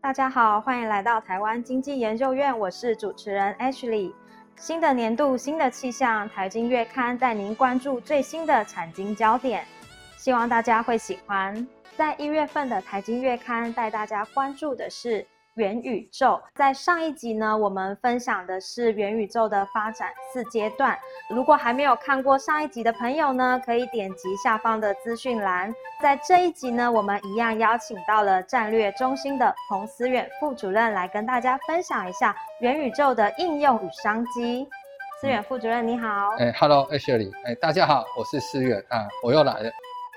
大家好，欢迎来到台湾经济研究院，我是主持人 Ashley。新的年度，新的气象，台经月刊带您关注最新的产经焦点，希望大家会喜欢。在1月份的台经月刊带大家关注的是元宇宙。在上一集呢，我们分享的是元宇宙的发展4阶段。如果还没有看过上一集的朋友呢，可以点击下方的资讯栏。在这一集呢，我们一样邀请到了战略中心的彭思远副主任来跟大家分享一下元宇宙的应用与商机。思远副主任你好。 Hello Ashley， 大家好，我是思远我又来了。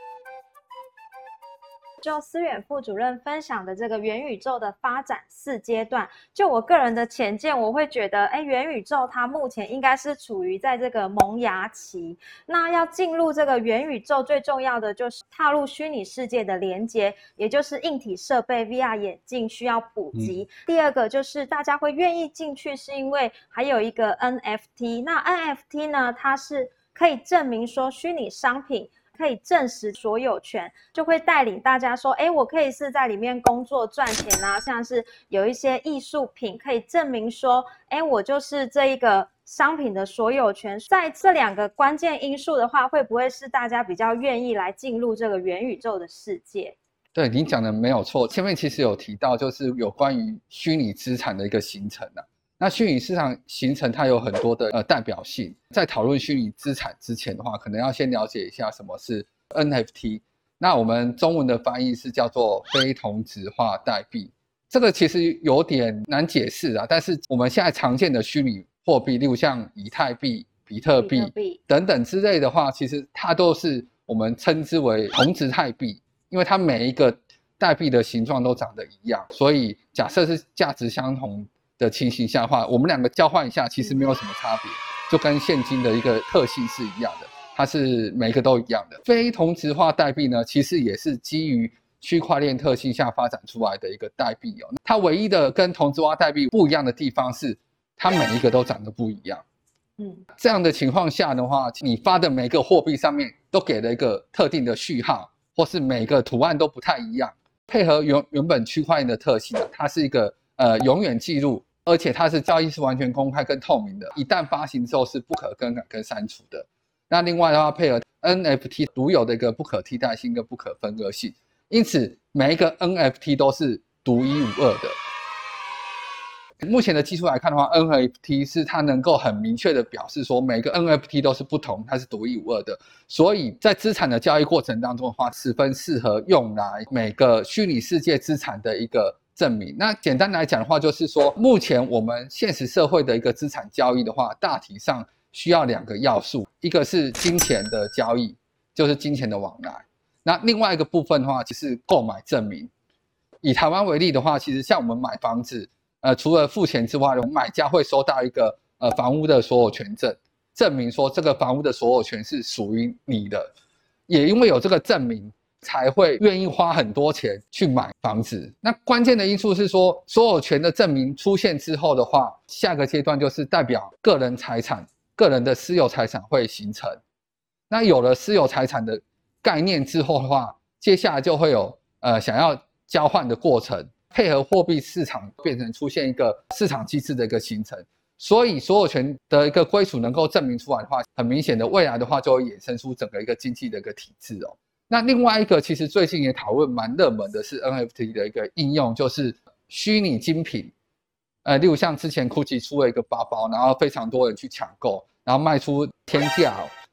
就思远副主任分享的这个元宇宙的发展4阶段，就我个人的浅见，我会觉得元宇宙它目前应该是处于在这个萌芽期。那要进入这个元宇宙，最重要的就是踏入虚拟世界的连接，也就是硬体设备 VR 眼镜需要普及。第二个就是大家会愿意进去，是因为还有一个 NFT。那 NFT 呢，它是可以证明说虚拟商品可以证实所有权，就会带领大家说，我可以是在里面工作赚钱啊，像是有一些艺术品可以证明说，我就是这一个商品的所有权。在这2个关键因素的话，会不会是大家比较愿意来进入这个元宇宙的世界？ 对，您讲的没有错，前面其实有提到就是有关于虚拟资产的一个形成那虚拟市场形成它有很多的代表性，在讨论虚拟资产之前的话，可能要先了解一下什么是 NFT。那我们中文的翻译是叫做非同质化代币，这个其实有点难解释但是我们现在常见的虚拟货币，例如像以太币、比特币等等之类的话，其实它都是我们称之为同质态币，因为它每一个代币的形状都长得一样，所以假设是价值相同的情形下的话，我们2个交换一下，其实没有什么差别，就跟现金的一个特性是一样的，它是每个都一样的。非同质化代币呢，其实也是基于区块链特性下发展出来的一个代币它唯一的跟同质化代币不一样的地方是，它每一个都长得不一样。这样的情况下的话，你发的每个货币上面都给了一个特定的序号，或是每个图案都不太一样，配合原本区块链的特性它是一个永远记录，而且它是交易是完全公开跟透明的，一旦发行之后是不可更改跟删除的。那另外的话，配合 NFT 独有的一个不可替代性跟不可分割性，因此每一个 NFT 都是独一无二的。目前的技术来看的话， NFT 是它能够很明确的表示说每个 NFT 都是不同，它是独一无二的，所以在资产的交易过程当中的话，十分适合用来每个虚拟世界资产的一个证明。那简单来讲的话，就是说目前我们现实社会的一个资产交易的话，大体上需要2个要素，一个是金钱的交易，就是金钱的往来，那另外一个部分的话就是购买证明。以台湾为例的话，其实像我们买房子除了付钱之外，买家会收到一个房屋的所有权证，证明说这个房屋的所有权是属于你的。也因为有这个证明，才会愿意花很多钱去买房子。那关键的因素是说，所有权的证明出现之后的话，下个阶段就是代表个人财产、个人的私有财产会形成。那有了私有财产的概念之后的话，接下来就会有想要交换的过程。配合货币市场变成出现一个市场机制的一个形成，所以所有权的一个归属能够证明出来的话，很明显的未来的话就会衍生出整个一个经济的一个体制那另外一个其实最近也讨论蛮热门的是 NFT 的一个应用，就是虚拟精品例如像之前 Gucci 出了一个包包，然后非常多人去抢购，然后卖出天价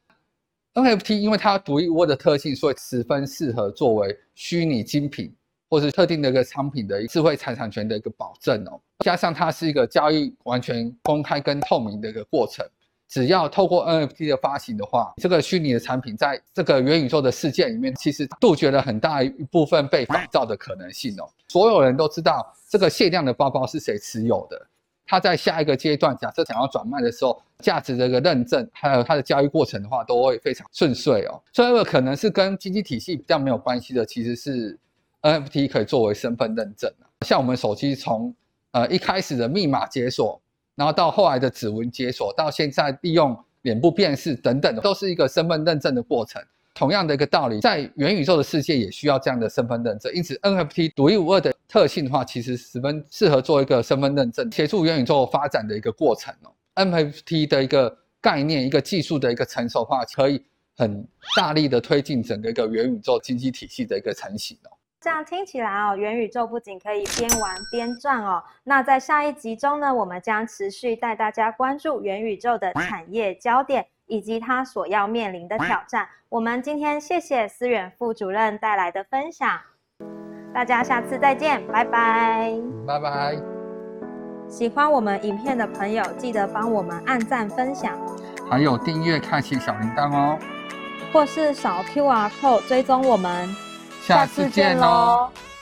NFT 因为它独一无二的特性，所以十分适合作为虚拟精品或是特定的一个商品的智慧财产权的一个保证加上它是一个交易完全公开跟透明的一个过程，只要透过 NFT 的发行的话，这个虚拟的产品在这个元宇宙的世界里面，其实杜绝了很大一部分被仿造的可能性所有人都知道这个限量的包包是谁持有的，它在下一个阶段假设想要转卖的时候，价值的一个认证还有它的交易过程的话，都会非常顺遂所以可能是跟经济体系比较没有关系的，其实是NFT 可以作为身份认证像我们手机从一开始的密码解锁，然后到后来的指纹解锁，到现在利用脸部辨识等等，都是一个身份认证的过程。 同样的一个道理，在元宇宙的世界也需要这样的身份认证，因此 NFT 独一无二的特性的话，其实十分适合做一个身份认证，协助元宇宙发展的一个过程哦。NFT 的一个概念、一个技术的一个成熟化，可以很大力的推进整个一个元宇宙经济体系的一个成型哦。 这样听起来哦，元宇宙不仅可以边玩边赚哦。那在下一集中呢，我们将持续带大家关注元宇宙的产业焦点以及它所要面临的挑战。我们今天谢谢思远副主任带来的分享，大家下次再见，拜拜。 拜拜。 喜欢我们影片的朋友，记得帮我们按赞分享， 还有订阅、开启小铃铛哦， 或是扫 QR code 追踪我们。 下次见喽。